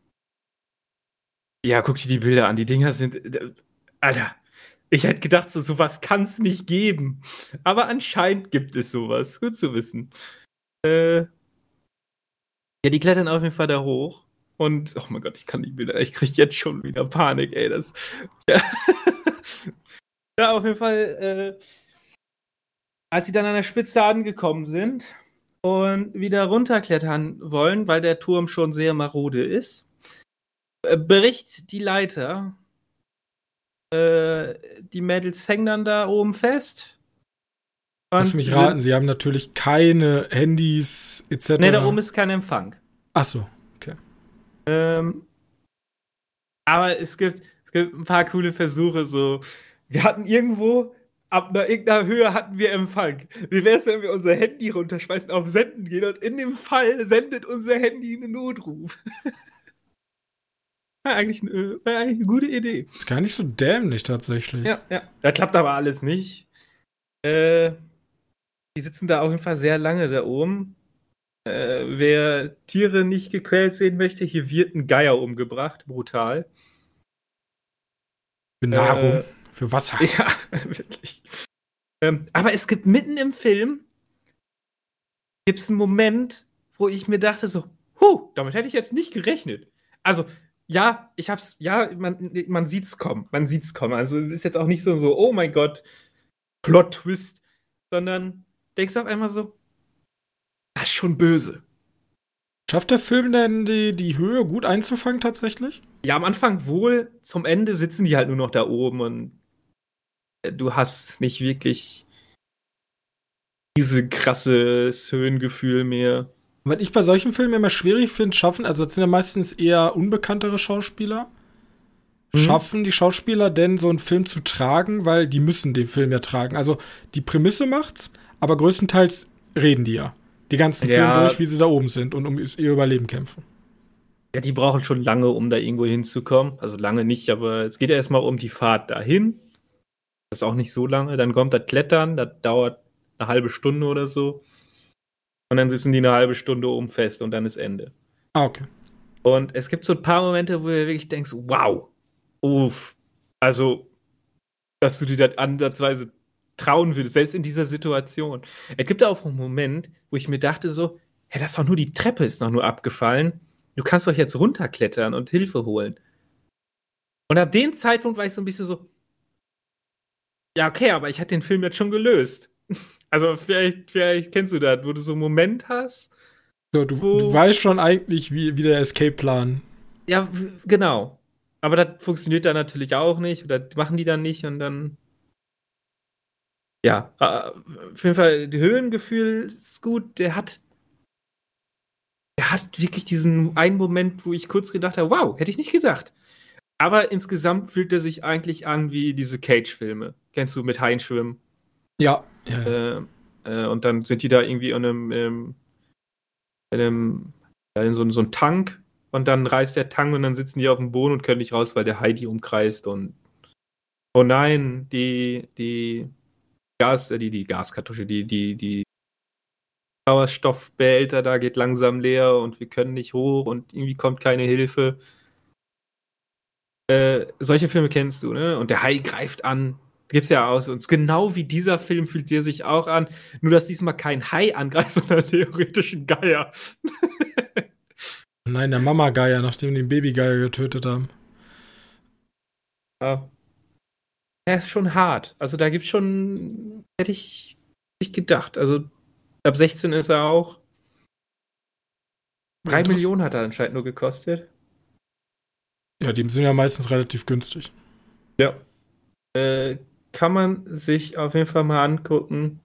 Ja, guck dir die Bilder an, die Dinger sind. Alter, ich hätte gedacht, sowas kann es nicht geben. Aber anscheinend gibt es sowas. Gut zu wissen. Ja, die klettern auf jeden Fall da hoch. Und, oh mein Gott, ich kann die Bilder. Ich kriege jetzt schon wieder Panik, ey. Ja, auf jeden Fall, als sie dann an der Spitze angekommen sind und wieder runterklettern wollen, weil der Turm schon sehr marode ist, bricht die Leiter. Die Mädels hängen dann da oben fest. Lass mich raten, sie haben natürlich keine Handys etc. Ne, da oben ist kein Empfang. Ach so, okay. Aber es gibt ein paar coole Versuche, so. Wir hatten irgendwo, ab irgendeiner Höhe hatten wir Empfang. Wie wäre es, wenn wir unser Handy runterschmeißen, auf Senden gehen und in dem Fall sendet unser Handy einen Notruf? Wäre eigentlich eine gute Idee. Ist gar nicht so dämlich tatsächlich. Ja. Da klappt aber alles nicht. Die sitzen da auf jeden Fall sehr lange da oben. Wer Tiere nicht gequält sehen möchte, hier wird ein Geier umgebracht. Brutal. Für Nahrung, für Wasser. Ja, wirklich. Aber es gibt mitten im Film gibt's einen Moment, wo ich mir dachte so, damit hätte ich jetzt nicht gerechnet. Also, ja, man sieht's kommen. Man sieht's kommen. Also, es ist jetzt auch nicht so, oh mein Gott, Plot-Twist, sondern denkst du auf einmal so, das ist schon böse. Schafft der Film denn die Höhe gut einzufangen tatsächlich? Ja, am Anfang wohl, zum Ende sitzen die halt nur noch da oben und du hast nicht wirklich diese krasses Höhengefühl mehr. Was ich bei solchen Filmen immer schwierig finde, also das sind ja meistens eher unbekanntere Schauspieler. Schaffen die Schauspieler denn so einen Film zu tragen, weil die müssen den Film ja tragen. Also die Prämisse macht's, aber größtenteils reden die ja. Die ganzen Filme durch, wie sie da oben sind und um ihr Überleben kämpfen. Ja, die brauchen schon lange, um da irgendwo hinzukommen. Also lange nicht, aber es geht ja erstmal um die Fahrt dahin. Das ist auch nicht so lange. Dann kommt das Klettern, das dauert eine halbe Stunde oder so. Und dann sitzen die eine halbe Stunde oben fest und dann ist Ende. Ah, okay. Und es gibt so ein paar Momente, wo du wirklich denkst, wow, uff. Also, dass du dir das ansatzweise trauen würdest, selbst in dieser Situation. Es gibt auch einen Moment, wo ich mir dachte so, hey, das ist doch nur die Treppe, ist doch nur abgefallen. Du kannst doch jetzt runterklettern und Hilfe holen. Und ab dem Zeitpunkt war ich so ein bisschen so, ja, okay, aber ich hatte den Film jetzt schon gelöst. Also vielleicht kennst du das, wo du so einen Moment hast. So, du weißt schon eigentlich, wie der Escape-Plan. Ja, genau. Aber das funktioniert dann natürlich auch nicht oder machen die dann nicht und dann ja, auf jeden Fall, das Höhengefühl ist gut. Der hat wirklich diesen einen Moment, wo ich kurz gedacht habe, wow, hätte ich nicht gedacht. Aber insgesamt fühlt er sich eigentlich an wie diese Cage-Filme. Kennst du mit Haien schwimmen? Ja. Und dann sind die da irgendwie in so einem Tank und dann reißt der Tank und dann sitzen die auf dem Boden und können nicht raus, weil der Hai die umkreist und oh nein, die Gaskartusche, die Sauerstoffbehälter da geht langsam leer und wir können nicht hoch und irgendwie kommt keine Hilfe. Solche Filme kennst du, ne? Und der Hai greift an. Gibt's ja aus uns. Genau wie dieser Film fühlt der sich auch an. Nur, dass diesmal kein Hai angreift, sondern theoretisch ein Geier. Nein, der Mama-Geier, nachdem die den Baby-Geier getötet haben. Ja. Er ist schon hart. Also da gibt's schon, hätte ich nicht gedacht. Also ab 16 ist er auch. 3 Millionen hat er anscheinend nur gekostet. Ja, die sind ja meistens relativ günstig. Ja. Kann man sich auf jeden Fall mal angucken.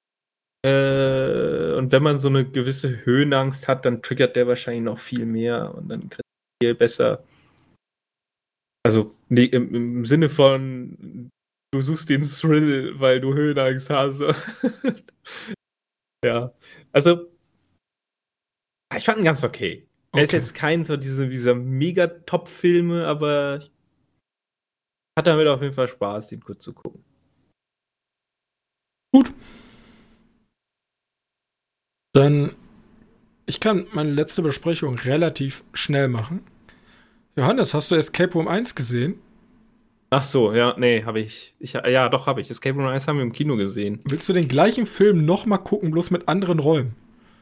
Und wenn man so eine gewisse Höhenangst hat, dann triggert der wahrscheinlich noch viel mehr und dann kriegt man viel besser. Also im Sinne von, du suchst den Thrill, weil du Höhenangst hast. Ja, also ich fand ihn ganz okay. Er ist jetzt kein so dieser Mega-Top-Filme, aber ich hatte damit auf jeden Fall Spaß, den kurz zu gucken. Gut. Dann, ich kann meine letzte Besprechung relativ schnell machen. Johannes, hast du Escape Room 1 gesehen? Ach so, ja, nee, habe ich. Ja, doch, habe ich. Escape Room 1 haben wir im Kino gesehen. Willst du den gleichen Film nochmal gucken, bloß mit anderen Räumen?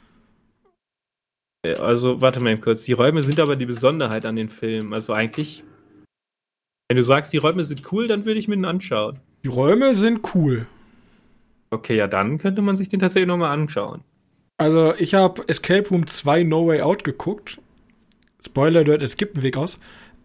Also, warte mal eben kurz. Die Räume sind aber die Besonderheit an den Filmen. Also eigentlich, wenn du sagst, die Räume sind cool, dann würde ich mir den anschauen. Die Räume sind cool. Okay, ja, dann könnte man sich den tatsächlich nochmal anschauen. Also, ich habe Escape Room 2 No Way Out geguckt. Spoiler Alert, es gibt einen Weg aus.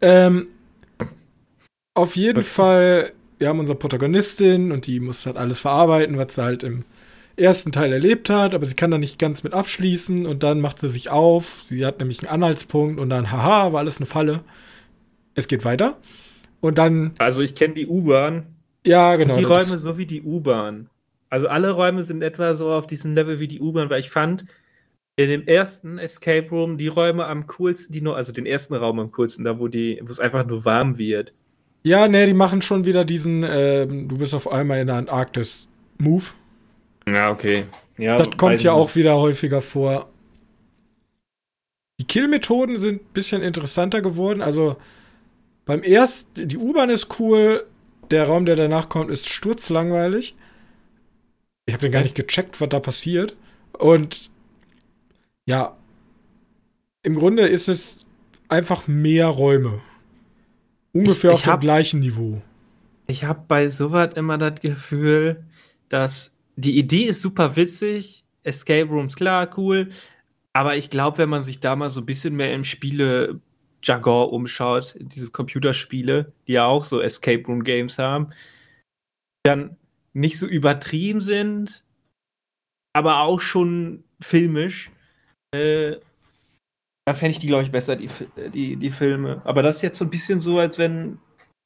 Auf jeden Fall, wir haben unsere Protagonistin und die muss halt alles verarbeiten, was sie halt im ersten Teil erlebt hat, aber sie kann da nicht ganz mit abschließen und dann macht sie sich auf. Sie hat nämlich einen Anhaltspunkt und dann, haha, war alles eine Falle. Es geht weiter. Und dann. Also ich kenne die U-Bahn. Ja, genau. Und die Räume so wie die U-Bahn. Also alle Räume sind etwa so auf diesem Level wie die U-Bahn, weil ich fand, in dem ersten Escape Room die Räume am coolsten, also den ersten Raum am coolsten, da wo es einfach nur warm wird. Ja, ne, die machen schon wieder diesen, du bist auf einmal in der Antarktis-Move. Ja, okay. Ja, das kommt ja auch wieder häufiger vor. Die Kill-Methoden sind ein bisschen interessanter geworden. Also beim ersten, die U-Bahn ist cool, der Raum, der danach kommt, ist sturzlangweilig. Ich habe den gar nicht gecheckt, was da passiert. Und ja, im Grunde ist es einfach mehr Räume. Ungefähr auf dem gleichen Niveau. Ich habe bei sowas immer das Gefühl, dass die Idee ist super witzig, Escape Rooms, klar, cool, aber ich glaube, wenn man sich da mal so ein bisschen mehr im Spiele-Jargon umschaut, diese Computerspiele, die ja auch so Escape Room Games haben, dann nicht so übertrieben sind, aber auch schon filmisch, dann fände ich die, glaube ich, besser, die Filme. Aber das ist jetzt so ein bisschen so, als wenn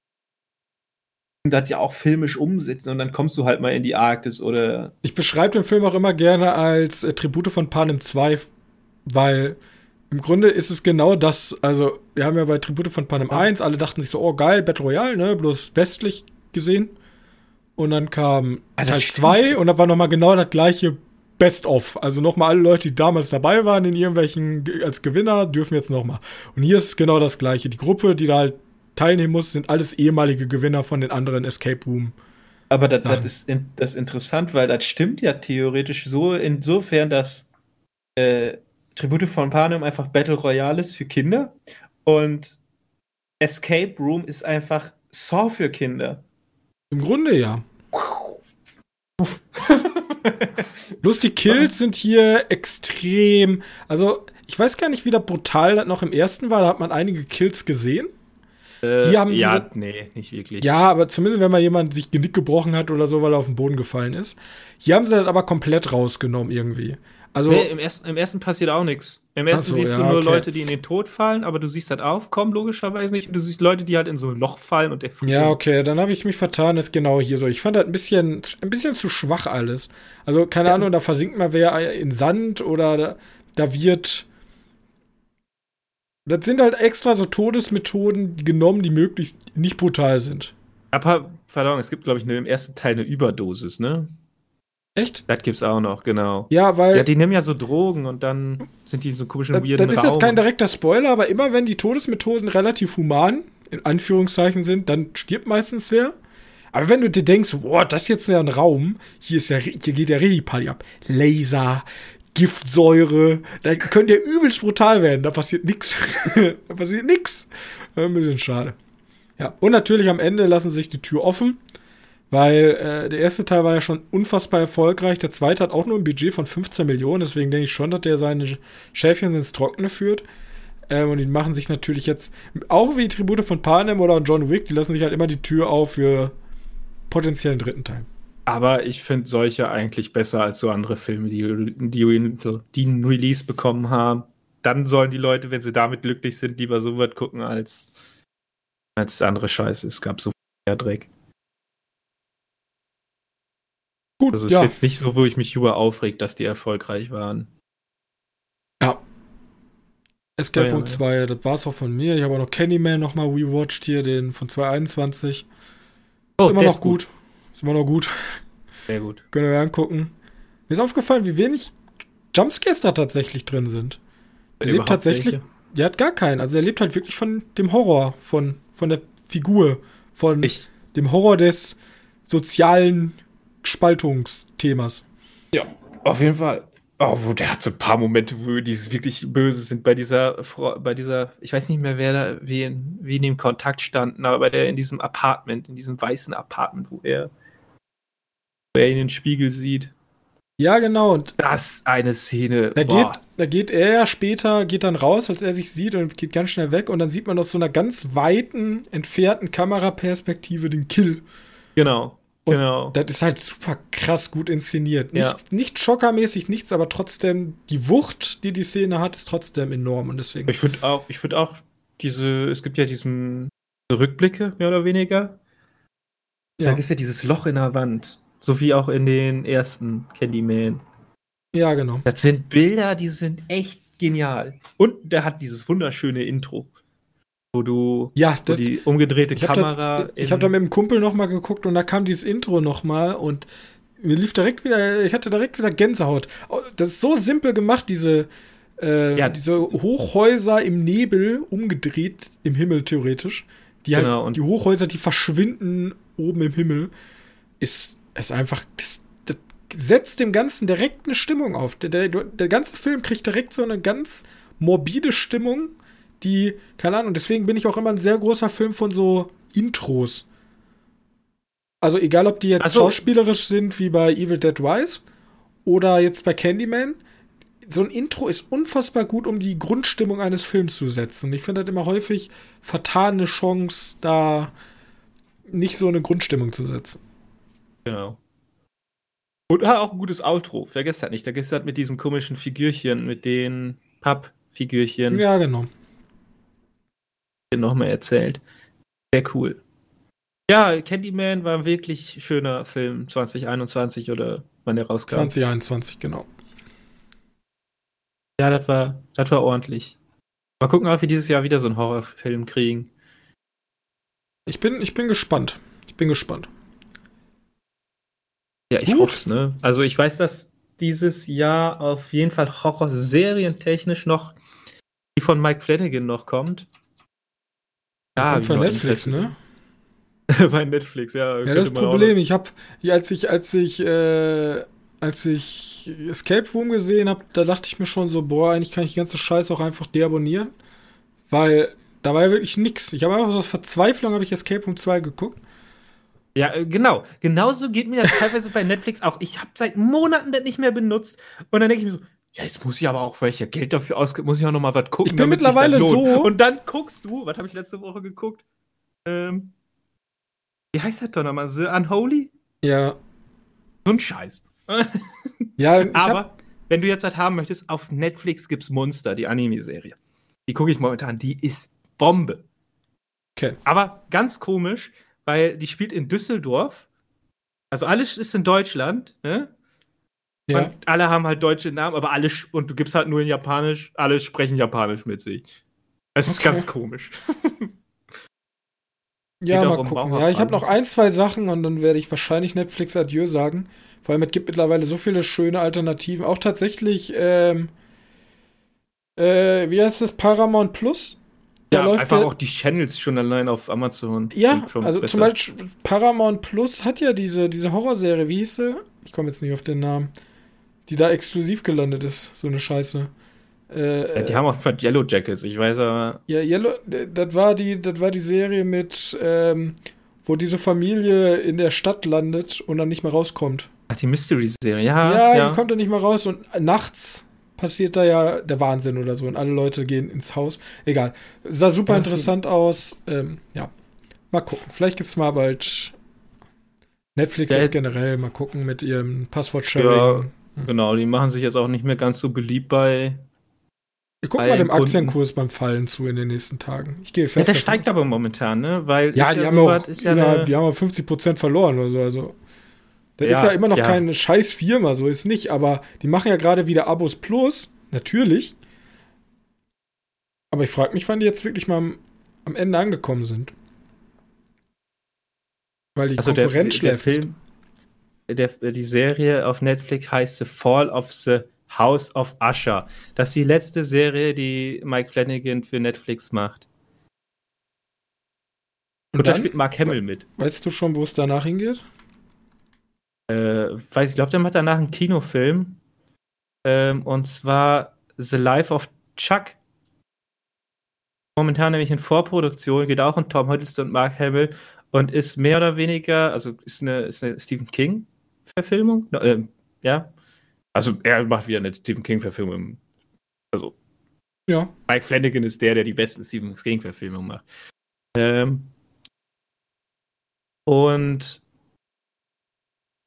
das ja auch filmisch umsetzen und dann kommst du halt mal in die Arktis oder. Ich beschreibe den Film auch immer gerne als Tribute von Panem 2, weil im Grunde ist es genau das. Also, wir haben ja bei Tribute von Panem 1, alle dachten sich so, oh geil, Battle Royale, ne, bloß westlich gesehen. Und dann kam Teil 2 und da war nochmal genau das gleiche Best-of. Also nochmal alle Leute, die damals dabei waren in irgendwelchen als Gewinner, dürfen jetzt nochmal. Und hier ist es genau das gleiche. Die Gruppe, die da halt teilnehmen muss, sind alles ehemalige Gewinner von den anderen Escape Room. Aber das ist interessant, weil das stimmt ja theoretisch so, insofern, dass Tribute von Panem einfach Battle Royale ist für Kinder und Escape Room ist einfach Saw für Kinder. Im Grunde ja. Bloß die Kills sind hier extrem. Also, ich weiß gar nicht, wie das brutal das noch im ersten war. Da hat man einige Kills gesehen. Hier haben nee, nicht wirklich. Ja, aber zumindest, wenn mal jemand sich Genick gebrochen hat oder so, weil er auf den Boden gefallen ist. Hier haben sie das aber komplett rausgenommen irgendwie. Also, nee, im ersten passiert auch nichts. Im ersten siehst du nur Leute, die in den Tod fallen, aber du siehst halt aufkommen, logischerweise nicht. Und du siehst Leute, die halt in so ein Loch fallen und der ja, okay, dann habe ich mich vertan, ist genau hier so. Ich fand das ein bisschen zu schwach alles. Also, keine Ahnung, da versinkt mal wer in Sand oder da wird. Das sind halt extra so Todesmethoden genommen, die möglichst nicht brutal sind. Aber, pardon, es gibt, glaube ich, im ersten Teil eine Überdosis, ne? Echt? Das gibt's auch noch, genau. Ja, weil. Ja, die nehmen ja so Drogen und dann sind die so komischen weirden Das ist jetzt kein direkter Spoiler, aber immer wenn die Todesmethoden relativ human, in Anführungszeichen sind, dann stirbt meistens wer. Aber wenn du dir denkst, boah, das ist jetzt ja ein Raum, hier geht der richtig Party ab. Laser, Giftsäure, da könnte ja übelst brutal werden, da passiert nichts. Da passiert nichts. Ein bisschen schade. Ja, und natürlich am Ende lassen sich die Tür offen. Weil der erste Teil war ja schon unfassbar erfolgreich. Der zweite hat auch nur ein Budget von 15 Millionen. Deswegen denke ich schon, dass der seine Schäfchen ins Trockene führt. Und die machen sich natürlich jetzt, auch wie Tribute von Panem oder John Wick, die lassen sich halt immer die Tür auf für potenziellen dritten Teil. Aber ich finde solche eigentlich besser als so andere Filme, die einen Release bekommen haben. Dann sollen die Leute, wenn sie damit glücklich sind, lieber so was gucken als andere Scheiße. Es gab so viel Dreck. Gut, also es ist jetzt nicht so, wo ich mich über aufregt, dass die erfolgreich waren. Ja. Escape Room 2, das war's auch von mir. Ich habe auch noch Candyman nochmal rewatcht hier, den von 2021. Oh, immer noch gut. Ist immer noch gut. Sehr gut. Können wir angucken. Mir ist aufgefallen, wie wenig Jumpscares da tatsächlich drin sind. Der lebt tatsächlich, welche? Der hat gar keinen. Also der lebt halt wirklich von dem Horror, von der Figur, von dem Horror des sozialen Spaltungsthemas. Ja, auf jeden Fall. Oh, der hat so ein paar Momente, wo die wirklich böse sind. Bei dieser, ich weiß nicht mehr, wer da, wie in dem Kontakt standen, aber in diesem Apartment, in diesem weißen Apartment, wo er in den Spiegel sieht. Ja, genau. Und das eine Szene. Da geht er später, geht dann raus, als er sich sieht und geht ganz schnell weg und dann sieht man aus so einer ganz weiten, entfernten Kameraperspektive den Kill. Genau. Und Genau. das ist halt super krass gut inszeniert. Ja. Nicht schockermäßig, nichts, aber trotzdem, die Wucht, die Szene hat, ist trotzdem enorm. Und deswegen. Ich finde auch es gibt ja diesen Rückblicke, mehr oder weniger. Da Ja, gibt es ja dieses Loch in der Wand. So wie auch in den ersten Candyman. ja, genau. Das sind Bilder, die sind echt genial. Und der hat dieses wunderschöne Intro. Wo die umgedrehte Kamera. Ich habe da mit dem Kumpel noch mal geguckt und da kam dieses Intro noch mal und mir lief ich hatte direkt wieder Gänsehaut. Das ist so simpel gemacht, diese Hochhäuser im Nebel umgedreht im Himmel theoretisch. Genau, und die Hochhäuser, die verschwinden oben im Himmel, ist einfach, das setzt dem Ganzen direkt eine Stimmung auf. Der ganze Film kriegt direkt so eine ganz morbide Stimmung, die, keine Ahnung, deswegen bin ich auch immer ein sehr großer Film von so Intros. Also egal, ob die jetzt schauspielerisch sind, wie bei Evil Dead Rise oder jetzt bei Candyman, so ein Intro ist unfassbar gut, um die Grundstimmung eines Films zu setzen. Ich finde das immer häufig vertane Chance, da nicht so eine Grundstimmung zu setzen. Genau. Und auch ein gutes Outro, vergesst halt nicht. Da gibt es halt mit diesen komischen Figürchen, mit den Pappfigürchen. Ja, genau. Nochmal erzählt. Sehr cool. Ja, Candyman war ein wirklich schöner Film, 2021 oder wann der rauskam. 2021, genau. Ja, das war ordentlich. Mal gucken, ob wir dieses Jahr wieder so einen Horrorfilm kriegen. Ich bin gespannt. Ja, ich hoffe es, ne? Also ich weiß, dass dieses Jahr auf jeden Fall Horrorserien-technisch noch die von Mike Flanagan noch kommt. Ja, kommt von Netflix, ne? Bei Netflix, ja. Ja, das Problem, als ich Escape Room gesehen habe, da dachte ich mir schon so, boah, eigentlich kann ich die ganze Scheiße auch einfach deabonnieren, weil da war ja wirklich nix. Ich habe einfach so aus Verzweiflung habe ich Escape Room 2 geguckt. Ja, genau. Genauso geht mir das teilweise bei Netflix auch. Ich habe seit Monaten das nicht mehr benutzt und dann denke ich mir so, ja, jetzt muss ich aber auch, weil ich ja Geld dafür ausgebe, muss ich auch noch mal was gucken. Ich bin mittlerweile so. Und dann guckst du, was habe ich letzte Woche geguckt? Wie heißt das doch nochmal? The Unholy? Ja. So ein Scheiß. Ja, aber wenn du jetzt was haben möchtest, auf Netflix gibt's Monster, die Anime-Serie. Die gucke ich momentan, die ist Bombe. Okay. Aber ganz komisch, weil die spielt in Düsseldorf. Also alles ist in Deutschland, ne? Ja. Und alle haben halt deutsche Namen, aber und du gibst halt nur in Japanisch, alle sprechen Japanisch mit sich. Es ist ganz komisch. Ja, mal gucken. Ja, ich habe noch 1, 2 Sachen und dann werde ich wahrscheinlich Netflix Adieu sagen. Vor allem, es gibt mittlerweile so viele schöne Alternativen. Auch tatsächlich, wie heißt das? Paramount Plus? Da läuft einfach auch die Channels schon allein auf Amazon. Ja, also besser. Zum Beispiel Paramount Plus hat ja diese Horrorserie, wie hieß sie? Ich komme jetzt nicht auf den Namen. Die da exklusiv gelandet ist, so eine Scheiße. Ja, die haben auch von Yellow Jackets, ich weiß aber. Ja, das war die Serie mit, wo diese Familie in der Stadt landet und dann nicht mehr rauskommt. Ach, die Mystery-Serie, ja. Die kommt dann nicht mehr raus und nachts passiert da ja der Wahnsinn oder so und alle Leute gehen ins Haus. Egal. Sah super interessant aus. Ja. Mal gucken. Vielleicht gibt's mal bald Netflix jetzt generell. Mal gucken mit ihrem Passwort-Sharing. Ja, genau. Die machen sich jetzt auch nicht mehr ganz so beliebt bei. Ich gucke mal dem Aktienkurs beim Fallen zu in den nächsten Tagen. Ich gehe fest. Ja, der steigt aber momentan, ne? Weil die haben auch 50% verloren oder so. Also, das ist ja immer noch keine scheiß Firma, so ist nicht. Aber die machen ja gerade wieder Abos Plus, natürlich. Aber ich frage mich, wann die jetzt wirklich mal am Ende angekommen sind. Weil die Konkurrenz schläft. Der Film, die Serie auf Netflix heißt The Fall of the House of Usher. Das ist die letzte Serie, die Mike Flanagan für Netflix macht. Und da spielt Mark Hamill mit. Weißt du schon, wo es danach hingeht? Ich glaube, der macht danach einen Kinofilm. Und zwar The Life of Chuck. Momentan nämlich in Vorproduktion, geht auch um Tom Hiddleston und Mark Hamill und ist mehr oder weniger, also ist eine Stephen King-Verfilmung. Ja. Also er macht wieder eine Stephen King-Verfilmung. Also ja. Mike Flanagan ist der die besten Stephen King-Verfilmungen macht. Und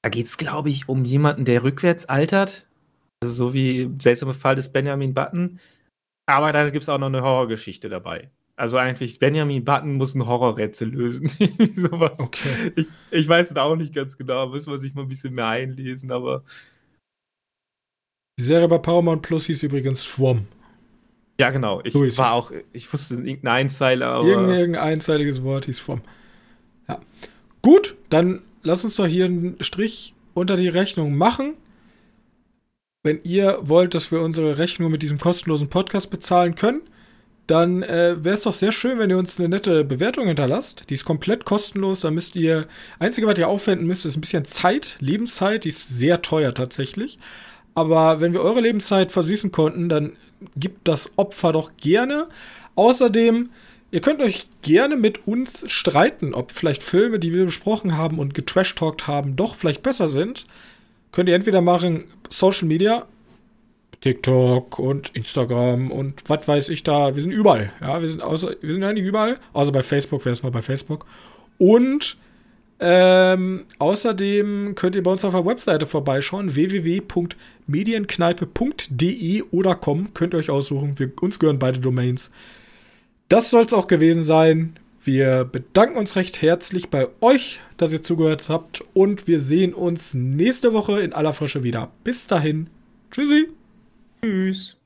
Da geht es, glaube ich, um jemanden, der rückwärts altert. Also so wie seltsame Fall des Benjamin Button. Aber da gibt es auch noch eine Horrorgeschichte dabei. Also eigentlich, Benjamin Button muss ein Horrorrätsel lösen. Sowas. Okay. Ich weiß es auch nicht ganz genau. Muss man sich mal ein bisschen mehr einlesen, aber. Die Serie bei Paramount Plus hieß übrigens Swarm. Ja, genau. Ich wusste irgendein Einzeiler, aber. Irgendein einseitiges Wort hieß Swarm. Ja. Gut, dann lass uns doch hier einen Strich unter die Rechnung machen. Wenn ihr wollt, dass wir unsere Rechnung mit diesem kostenlosen Podcast bezahlen können, dann wäre es doch sehr schön, wenn ihr uns eine nette Bewertung hinterlasst. Die ist komplett kostenlos. Da müsst ihr, einzige, was ihr aufwenden müsst, ist ein bisschen Zeit, Lebenszeit. Die ist sehr teuer tatsächlich. Aber wenn wir eure Lebenszeit versüßen konnten, dann gibt das Opfer doch gerne. Außerdem, ihr könnt euch gerne mit uns streiten, ob vielleicht Filme, die wir besprochen haben und getrashtalkt haben, doch vielleicht besser sind. Könnt ihr entweder machen Social Media, TikTok und Instagram und was weiß ich da. Wir sind überall. Ja, wir sind eigentlich überall. Außer bei Facebook, wäre es mal bei Facebook. Und außerdem könnt ihr bei uns auf der Webseite vorbeischauen, www.medienkneipe.de oder .com. Könnt ihr euch aussuchen. Uns gehören beide Domains. Das soll es auch gewesen sein. Wir bedanken uns recht herzlich bei euch, dass ihr zugehört habt. Und wir sehen uns nächste Woche in aller Frische wieder. Bis dahin. Tschüssi. Tschüss.